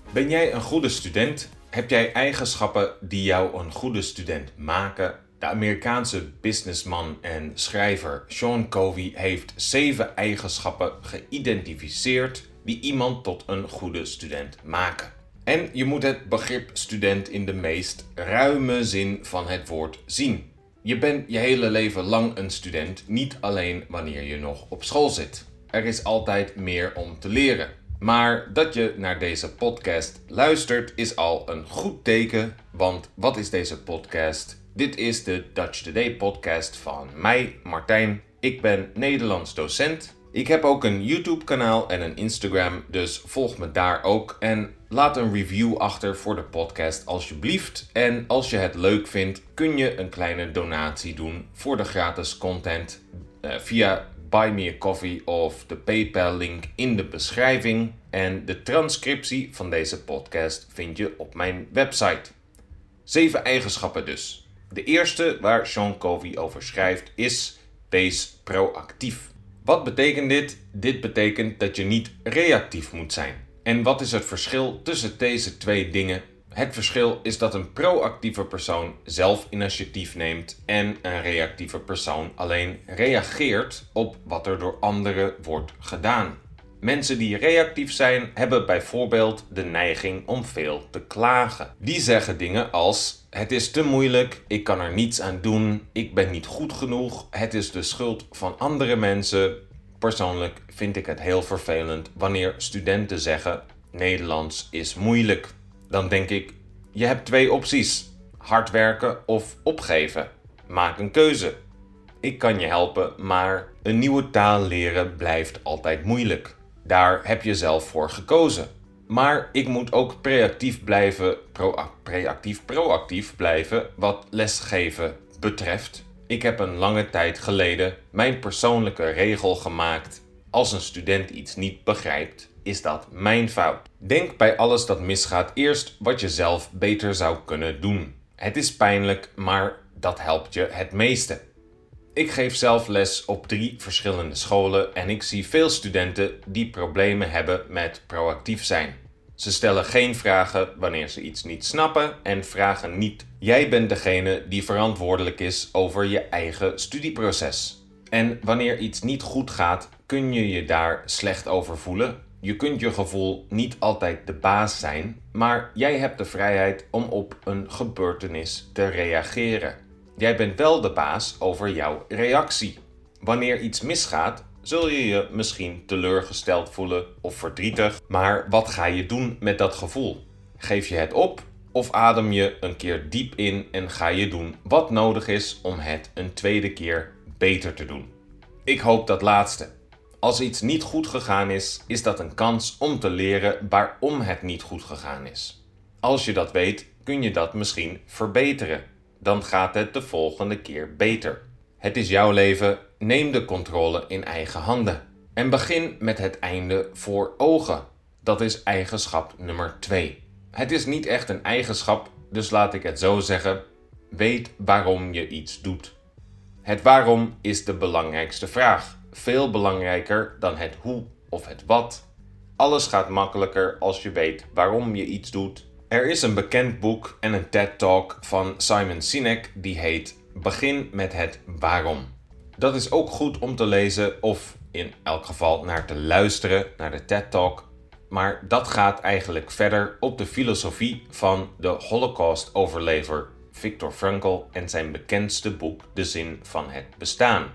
Ben jij een goede student? Heb jij eigenschappen die jou een goede student maken? De Amerikaanse businessman en schrijver Sean Covey heeft 7 eigenschappen geïdentificeerd die iemand tot een goede student maken. En je moet het begrip student in de meest ruime zin van het woord zien. Je bent je hele leven lang een student, niet alleen wanneer je nog op school zit. Er is altijd meer om te leren. Maar dat je naar deze podcast luistert is al een goed teken, want wat is deze podcast? Dit is de Dutch Today podcast van mij, Martijn. Ik ben Nederlands docent. Ik heb ook een YouTube kanaal en een Instagram, dus volg me daar ook. En laat een review achter voor de podcast alsjeblieft. En als je het leuk vindt, kun je een kleine donatie doen voor de gratis content via Buy Me a Coffee of de PayPal link in de beschrijving. En de transcriptie van deze podcast vind je op mijn website. 7 eigenschappen dus. De eerste waar Sean Covey over schrijft is: wees proactief. Wat betekent dit? Dit betekent dat je niet reactief moet zijn. En wat is het verschil tussen deze 2 dingen? Het verschil is dat een proactieve persoon zelf initiatief neemt en een reactieve persoon alleen reageert op wat er door anderen wordt gedaan. Mensen die reactief zijn, hebben bijvoorbeeld de neiging om veel te klagen. Die zeggen dingen als: het is te moeilijk, ik kan er niets aan doen, ik ben niet goed genoeg, het is de schuld van andere mensen. Persoonlijk vind ik het heel vervelend wanneer studenten zeggen: Nederlands is moeilijk. Dan denk ik, je hebt 2 opties: hard werken of opgeven. Maak een keuze. Ik kan je helpen, maar een nieuwe taal leren blijft altijd moeilijk. Daar heb je zelf voor gekozen. Maar ik moet ook proactief blijven wat lesgeven betreft. Ik heb een lange tijd geleden mijn persoonlijke regel gemaakt: als een student iets niet begrijpt, is dat mijn fout. Denk bij alles dat misgaat eerst wat je zelf beter zou kunnen doen. Het is pijnlijk, maar dat helpt je het meeste. Ik geef zelf les op 3 verschillende scholen en ik zie veel studenten die problemen hebben met proactief zijn. Ze stellen geen vragen wanneer ze iets niet snappen en vragen niet: jij bent degene die verantwoordelijk is over je eigen studieproces. En wanneer iets niet goed gaat, kun je je daar slecht over voelen. Je kunt je gevoel niet altijd de baas zijn, maar jij hebt de vrijheid om op een gebeurtenis te reageren. Jij bent wel de baas over jouw reactie. Wanneer iets misgaat, zul je je misschien teleurgesteld voelen of verdrietig. Maar wat ga je doen met dat gevoel? Geef je het op of adem je een keer diep in en ga je doen wat nodig is om het een tweede keer beter te doen? Ik hoop dat laatste. Als iets niet goed gegaan is, is dat een kans om te leren waarom het niet goed gegaan is. Als je dat weet, kun je dat misschien verbeteren. Dan gaat het de volgende keer beter. Het is jouw leven, neem de controle in eigen handen. En begin met het einde voor ogen. Dat is eigenschap nummer 2. Het is niet echt een eigenschap, dus laat ik het zo zeggen: weet waarom je iets doet. Het waarom is de belangrijkste vraag. Veel belangrijker dan het hoe of het wat. Alles gaat makkelijker als je weet waarom je iets doet. Er is een bekend boek en een TED-talk van Simon Sinek die heet Begin met het waarom. Dat is ook goed om te lezen of in elk geval naar te luisteren, naar de TED-talk. Maar dat gaat eigenlijk verder op de filosofie van de Holocaust-overlever Viktor Frankl en zijn bekendste boek De Zin van het Bestaan.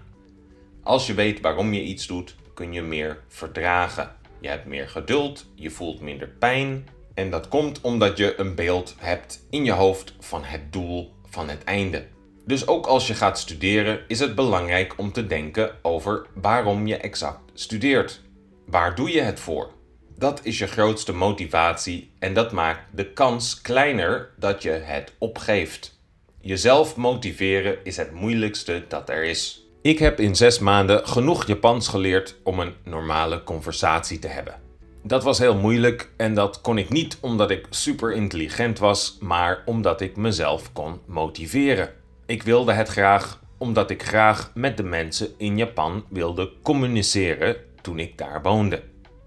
Als je weet waarom je iets doet, kun je meer verdragen. Je hebt meer geduld, je voelt minder pijn. En dat komt omdat je een beeld hebt in je hoofd van het doel, van het einde. Dus ook als je gaat studeren, is het belangrijk om te denken over waarom je exact studeert. Waar doe je het voor? Dat is je grootste motivatie en dat maakt de kans kleiner dat je het opgeeft. Jezelf motiveren is het moeilijkste dat er is. Ik heb in 6 maanden genoeg Japans geleerd om een normale conversatie te hebben. Dat was heel moeilijk en dat kon ik niet omdat ik super intelligent was, maar omdat ik mezelf kon motiveren. Ik wilde het graag omdat ik graag met de mensen in Japan wilde communiceren toen ik daar woonde.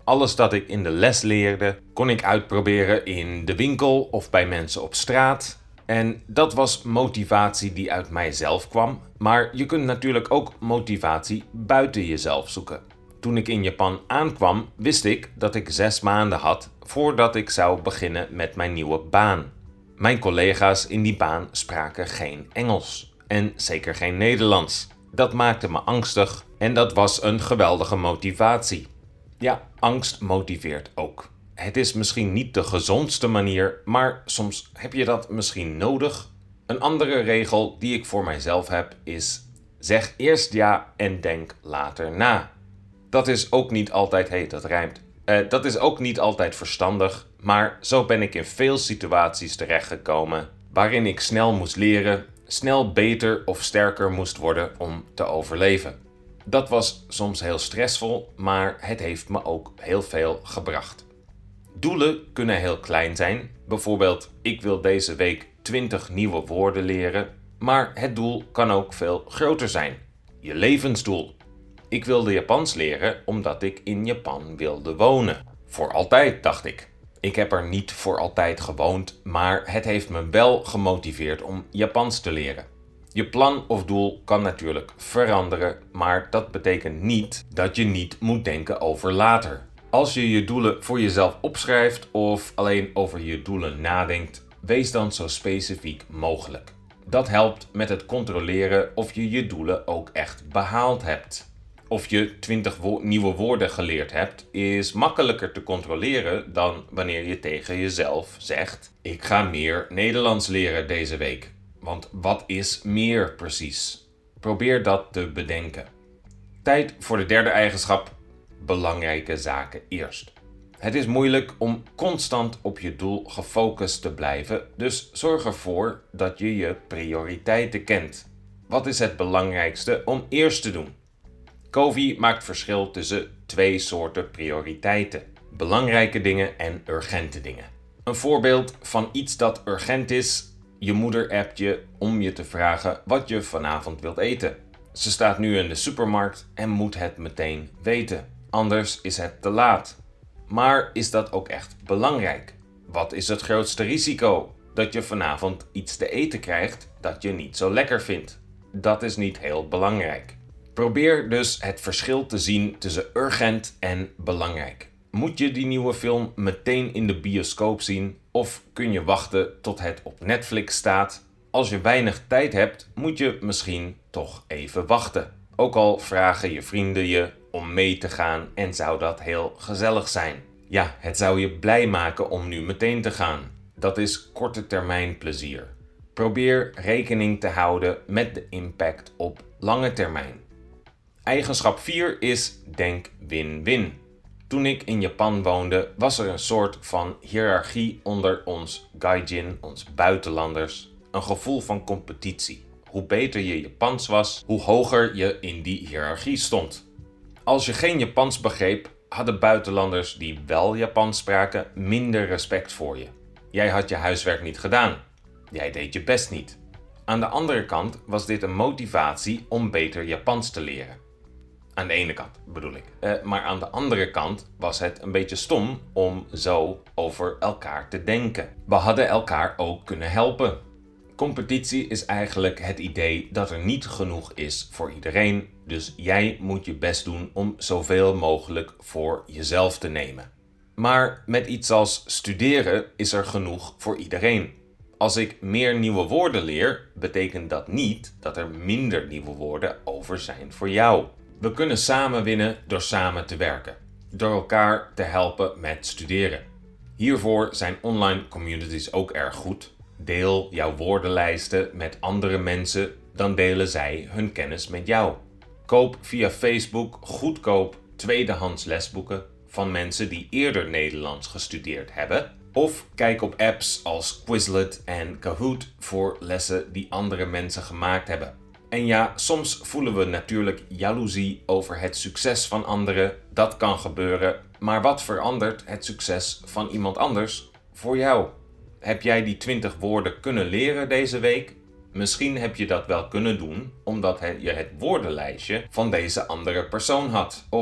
Alles dat ik in de les leerde, kon ik uitproberen in de winkel of bij mensen op straat. En dat was motivatie die uit mijzelf kwam, maar je kunt natuurlijk ook motivatie buiten jezelf zoeken. Toen ik in Japan aankwam, wist ik dat ik 6 maanden had voordat ik zou beginnen met mijn nieuwe baan. Mijn collega's in die baan spraken geen Engels en zeker geen Nederlands. Dat maakte me angstig en dat was een geweldige motivatie. Ja, angst motiveert ook. Het is misschien niet de gezondste manier, maar soms heb je dat misschien nodig. Een andere regel die ik voor mijzelf heb is: zeg eerst ja en denk later na. Dat is ook niet altijd, dat rijmt. Dat is ook niet altijd verstandig, maar zo ben ik in veel situaties terechtgekomen waarin ik snel moest leren, snel beter of sterker moest worden om te overleven. Dat was soms heel stressvol, maar het heeft me ook heel veel gebracht. Doelen kunnen heel klein zijn. Bijvoorbeeld, ik wil deze week 20 nieuwe woorden leren. Maar het doel kan ook veel groter zijn. Je levensdoel. Ik wilde Japans leren omdat ik in Japan wilde wonen. Voor altijd, dacht ik. Ik heb er niet voor altijd gewoond, maar het heeft me wel gemotiveerd om Japans te leren. Je plan of doel kan natuurlijk veranderen, maar dat betekent niet dat je niet moet denken over later. Als je je doelen voor jezelf opschrijft of alleen over je doelen nadenkt, wees dan zo specifiek mogelijk. Dat helpt met het controleren of je je doelen ook echt behaald hebt. Of je 20 nieuwe woorden geleerd hebt, is makkelijker te controleren dan wanneer je tegen jezelf zegt: ik ga meer Nederlands leren deze week. Want wat is meer precies? Probeer dat te bedenken. Tijd voor de derde eigenschap: belangrijke zaken eerst. Het is moeilijk om constant op je doel gefocust te blijven, dus zorg ervoor dat je je prioriteiten kent. Wat is het belangrijkste om eerst te doen? Covey maakt verschil tussen 2 soorten prioriteiten: belangrijke dingen en urgente dingen. Een voorbeeld van iets dat urgent is: je moeder appt je om je te vragen wat je vanavond wilt eten. Ze staat nu in de supermarkt en moet het meteen weten, anders is het te laat. Maar is dat ook echt belangrijk? Wat is het grootste risico? Dat je vanavond iets te eten krijgt dat je niet zo lekker vindt. Dat is niet heel belangrijk. Probeer dus het verschil te zien tussen urgent en belangrijk. Moet je die nieuwe film meteen in de bioscoop zien of kun je wachten tot het op Netflix staat? Als je weinig tijd hebt, moet je misschien toch even wachten. Ook al vragen je vrienden je om mee te gaan en zou dat heel gezellig zijn. Ja, het zou je blij maken om nu meteen te gaan. Dat is korte termijn plezier. Probeer rekening te houden met de impact op lange termijn. Eigenschap 4 is: denk win-win. Toen ik in Japan woonde, was er een soort van hiërarchie onder ons gaijin, ons buitenlanders. Een gevoel van competitie. Hoe beter je Japans was, hoe hoger je in die hiërarchie stond. Als je geen Japans begreep, hadden buitenlanders die wel Japans spraken minder respect voor je. Jij had je huiswerk niet gedaan. Jij deed je best niet. Aan de andere kant was dit een motivatie om beter Japans te leren. Aan de ene kant bedoel ik. Maar aan de andere kant was het een beetje stom om zo over elkaar te denken. We hadden elkaar ook kunnen helpen. Competitie is eigenlijk het idee dat er niet genoeg is voor iedereen, dus jij moet je best doen om zoveel mogelijk voor jezelf te nemen. Maar met iets als studeren is er genoeg voor iedereen. Als ik meer nieuwe woorden leer, betekent dat niet dat er minder nieuwe woorden over zijn voor jou. We kunnen samen winnen door samen te werken, door elkaar te helpen met studeren. Hiervoor zijn online communities ook erg goed. Deel jouw woordenlijsten met andere mensen, dan delen zij hun kennis met jou. Koop via Facebook goedkoop tweedehands lesboeken van mensen die eerder Nederlands gestudeerd hebben. Of kijk op apps als Quizlet en Kahoot voor lessen die andere mensen gemaakt hebben. En ja, soms voelen we natuurlijk jaloezie over het succes van anderen. Dat kan gebeuren, maar wat verandert het succes van iemand anders voor jou? Heb jij die 20 woorden kunnen leren deze week? Misschien heb je dat wel kunnen doen omdat je het woordenlijstje van deze andere persoon had. Of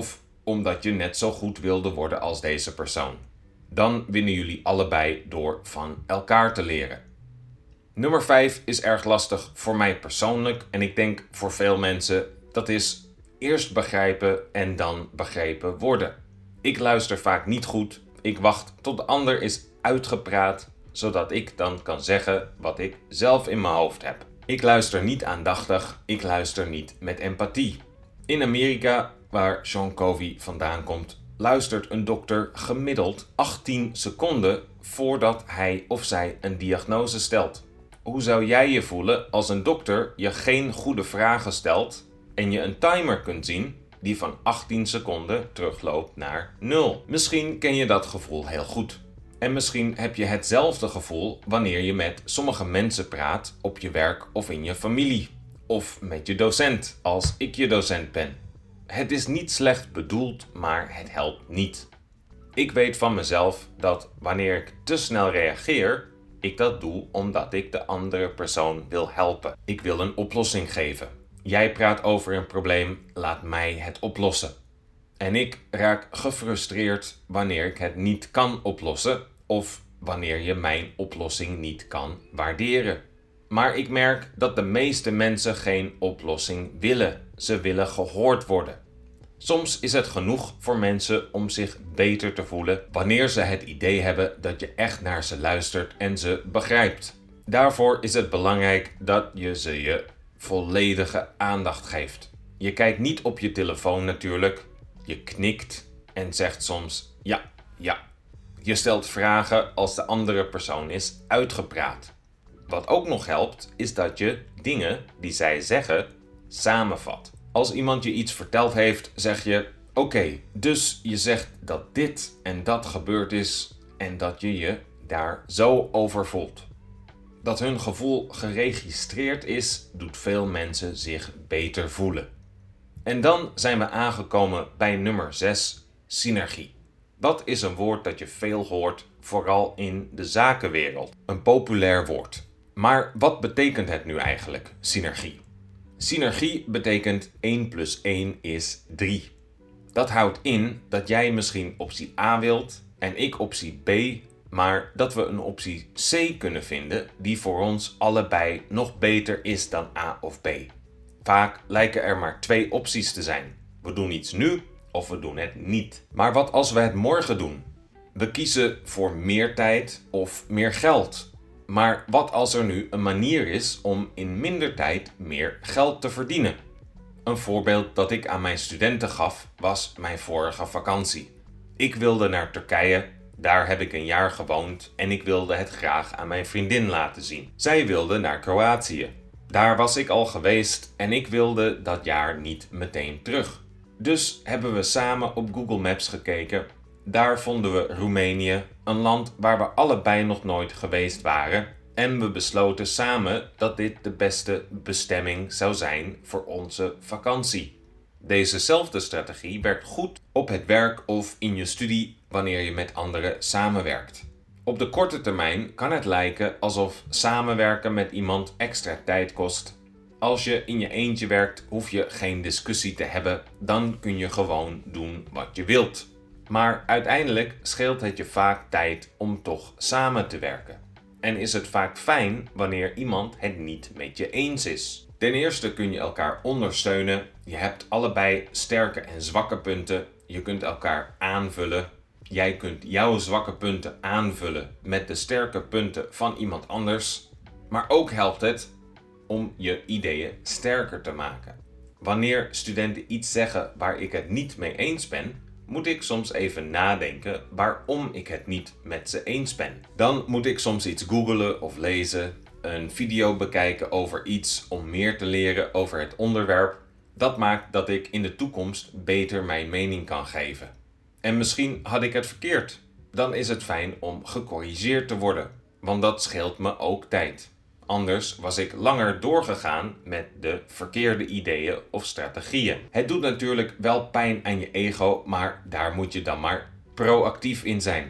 omdat je net zo goed wilde worden als deze persoon. Dan winnen jullie allebei door van elkaar te leren. Nummer 5 is erg lastig voor mij persoonlijk en ik denk voor veel mensen, dat is eerst begrijpen en dan begrepen worden. Ik luister vaak niet goed, ik wacht tot de ander is uitgepraat, zodat ik dan kan zeggen wat ik zelf in mijn hoofd heb. Ik luister niet aandachtig, ik luister niet met empathie. In Amerika, waar Sean Covey vandaan komt, luistert een dokter gemiddeld 18 seconden voordat hij of zij een diagnose stelt. Hoe zou jij je voelen als een dokter je geen goede vragen stelt en je een timer kunt zien die van 18 seconden terugloopt naar 0? Misschien ken je dat gevoel heel goed. En misschien heb je hetzelfde gevoel wanneer je met sommige mensen praat op je werk of in je familie. Of met je docent, als ik je docent ben. Het is niet slecht bedoeld, maar het helpt niet. Ik weet van mezelf dat wanneer ik te snel reageer, ik dat doe omdat ik de andere persoon wil helpen. Ik wil een oplossing geven. Jij praat over een probleem, laat mij het oplossen. En ik raak gefrustreerd wanneer ik het niet kan oplossen of wanneer je mijn oplossing niet kan waarderen. Maar ik merk dat de meeste mensen geen oplossing willen. Ze willen gehoord worden. Soms is het genoeg voor mensen om zich beter te voelen wanneer ze het idee hebben dat je echt naar ze luistert en ze begrijpt. Daarvoor is het belangrijk dat je ze je volledige aandacht geeft. Je kijkt niet op je telefoon natuurlijk. Je knikt en zegt soms ja, ja. Je stelt vragen als de andere persoon is uitgepraat. Wat ook nog helpt, is dat je dingen die zij zeggen samenvat. Als iemand je iets verteld heeft, zeg je oké, dus je zegt dat dit en dat gebeurd is en dat je je daar zo over voelt. Dat hun gevoel geregistreerd is, doet veel mensen zich beter voelen. En dan zijn we aangekomen bij nummer 6, synergie. Dat is een woord dat je veel hoort, vooral in de zakenwereld. Een populair woord. Maar wat betekent het nu eigenlijk, synergie? Synergie betekent 1 + 1 is 3. Dat houdt in dat jij misschien optie A wilt en ik optie B, maar dat we een optie C kunnen vinden die voor ons allebei nog beter is dan A of B. Vaak lijken er maar 2 opties te zijn. We doen iets nu of we doen het niet. Maar wat als we het morgen doen? We kiezen voor meer tijd of meer geld. Maar wat als er nu een manier is om in minder tijd meer geld te verdienen? Een voorbeeld dat ik aan mijn studenten gaf was mijn vorige vakantie. Ik wilde naar Turkije, daar heb ik een jaar gewoond en ik wilde het graag aan mijn vriendin laten zien. Zij wilde naar Kroatië. Daar was ik al geweest en ik wilde dat jaar niet meteen terug. Dus hebben we samen op Google Maps gekeken. Daar vonden we Roemenië, een land waar we allebei nog nooit geweest waren. En we besloten samen dat dit de beste bestemming zou zijn voor onze vakantie. Dezezelfde strategie werkt goed op het werk of in je studie wanneer je met anderen samenwerkt. Op de korte termijn kan het lijken alsof samenwerken met iemand extra tijd kost. Als je in je eentje werkt, hoef je geen discussie te hebben, dan kun je gewoon doen wat je wilt. Maar uiteindelijk scheelt het je vaak tijd om toch samen te werken. En is het vaak fijn wanneer iemand het niet met je eens is. Ten eerste kun je elkaar ondersteunen, je hebt allebei sterke en zwakke punten, je kunt elkaar aanvullen. Jij kunt jouw zwakke punten aanvullen met de sterke punten van iemand anders. Maar ook helpt het om je ideeën sterker te maken. Wanneer studenten iets zeggen waar ik het niet mee eens ben, moet ik soms even nadenken waarom ik het niet met ze eens ben. Dan moet ik soms iets googlen of lezen, een video bekijken over iets om meer te leren over het onderwerp. Dat maakt dat ik in de toekomst beter mijn mening kan geven. En misschien had ik het verkeerd. Dan is het fijn om gecorrigeerd te worden, want dat scheelt me ook tijd. Anders was ik langer doorgegaan met de verkeerde ideeën of strategieën. Het doet natuurlijk wel pijn aan je ego, maar daar moet je dan maar proactief in zijn.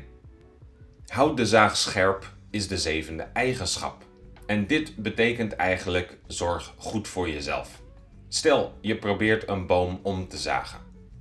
Houd de zaag scherp is de 7e eigenschap. En dit betekent eigenlijk zorg goed voor jezelf. Stel, je probeert een boom om te zagen.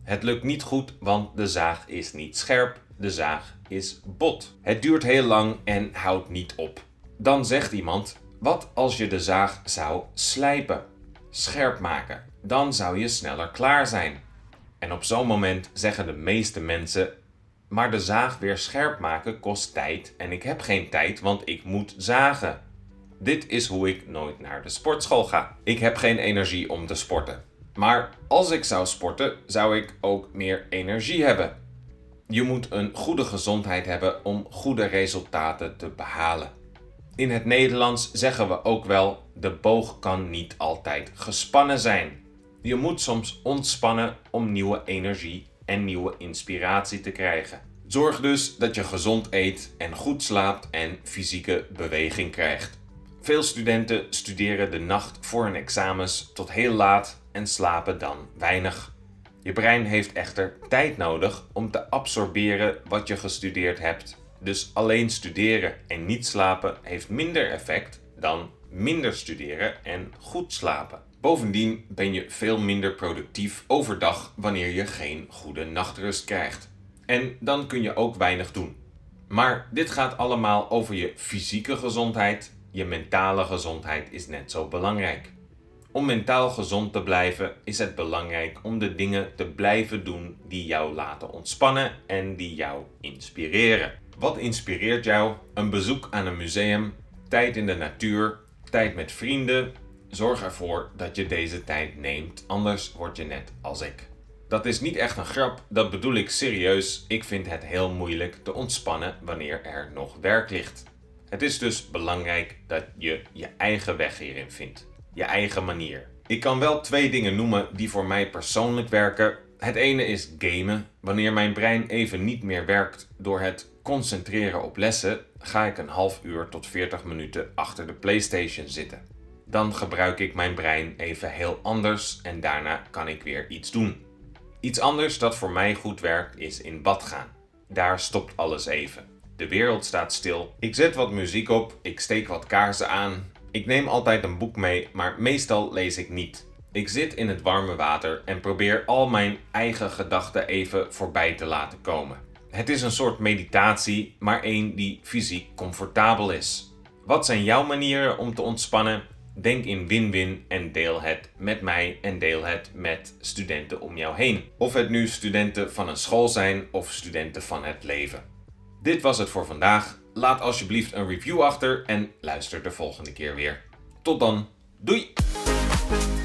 Het lukt niet goed, want de zaag is niet scherp, de zaag is bot. Het duurt heel lang en houdt niet op. Dan zegt iemand, wat als je de zaag zou slijpen, scherp maken? Dan zou je sneller klaar zijn. En op zo'n moment zeggen de meeste mensen, maar de zaag weer scherp maken kost tijd en ik heb geen tijd, want ik moet zagen. Dit is hoe ik nooit naar de sportschool ga. Ik heb geen energie om te sporten. Maar als ik zou sporten, zou ik ook meer energie hebben. Je moet een goede gezondheid hebben om goede resultaten te behalen. In het Nederlands zeggen we ook wel, de boog kan niet altijd gespannen zijn. Je moet soms ontspannen om nieuwe energie en nieuwe inspiratie te krijgen. Zorg dus dat je gezond eet en goed slaapt en fysieke beweging krijgt. Veel studenten studeren de nacht voor hun examens tot heel laat en slapen dan weinig. Je brein heeft echter tijd nodig om te absorberen wat je gestudeerd hebt. Dus alleen studeren en niet slapen heeft minder effect dan minder studeren en goed slapen. Bovendien ben je veel minder productief overdag wanneer je geen goede nachtrust krijgt. En dan kun je ook weinig doen. Maar dit gaat allemaal over je fysieke gezondheid. Je mentale gezondheid is net zo belangrijk. Om mentaal gezond te blijven is het belangrijk om de dingen te blijven doen die jou laten ontspannen en die jou inspireren. Wat inspireert jou? Een bezoek aan een museum, tijd in de natuur, tijd met vrienden. Zorg ervoor dat je deze tijd neemt, anders word je net als ik. Dat is niet echt een grap, dat bedoel ik serieus. Ik vind het heel moeilijk te ontspannen wanneer er nog werk ligt. Het is dus belangrijk dat je je eigen weg hierin vindt. Je eigen manier. Ik kan wel 2 dingen noemen die voor mij persoonlijk werken. Het ene is gamen. Wanneer mijn brein even niet meer werkt door het concentreren op lessen, ga ik een half uur tot 40 minuten achter de PlayStation zitten. Dan gebruik ik mijn brein even heel anders en daarna kan ik weer iets doen. Iets anders dat voor mij goed werkt is in bad gaan. Daar stopt alles even. De wereld staat stil. Ik zet wat muziek op, ik steek wat kaarsen aan. Ik neem altijd een boek mee, maar meestal lees ik niet. Ik zit in het warme water en probeer al mijn eigen gedachten even voorbij te laten komen. Het is een soort meditatie, maar één die fysiek comfortabel is. Wat zijn jouw manieren om te ontspannen? Denk in win-win en deel het met mij en deel het met studenten om jou heen. Of het nu studenten van een school zijn of studenten van het leven. Dit was het voor vandaag. Laat alsjeblieft een review achter en luister de volgende keer weer. Tot dan. Doei!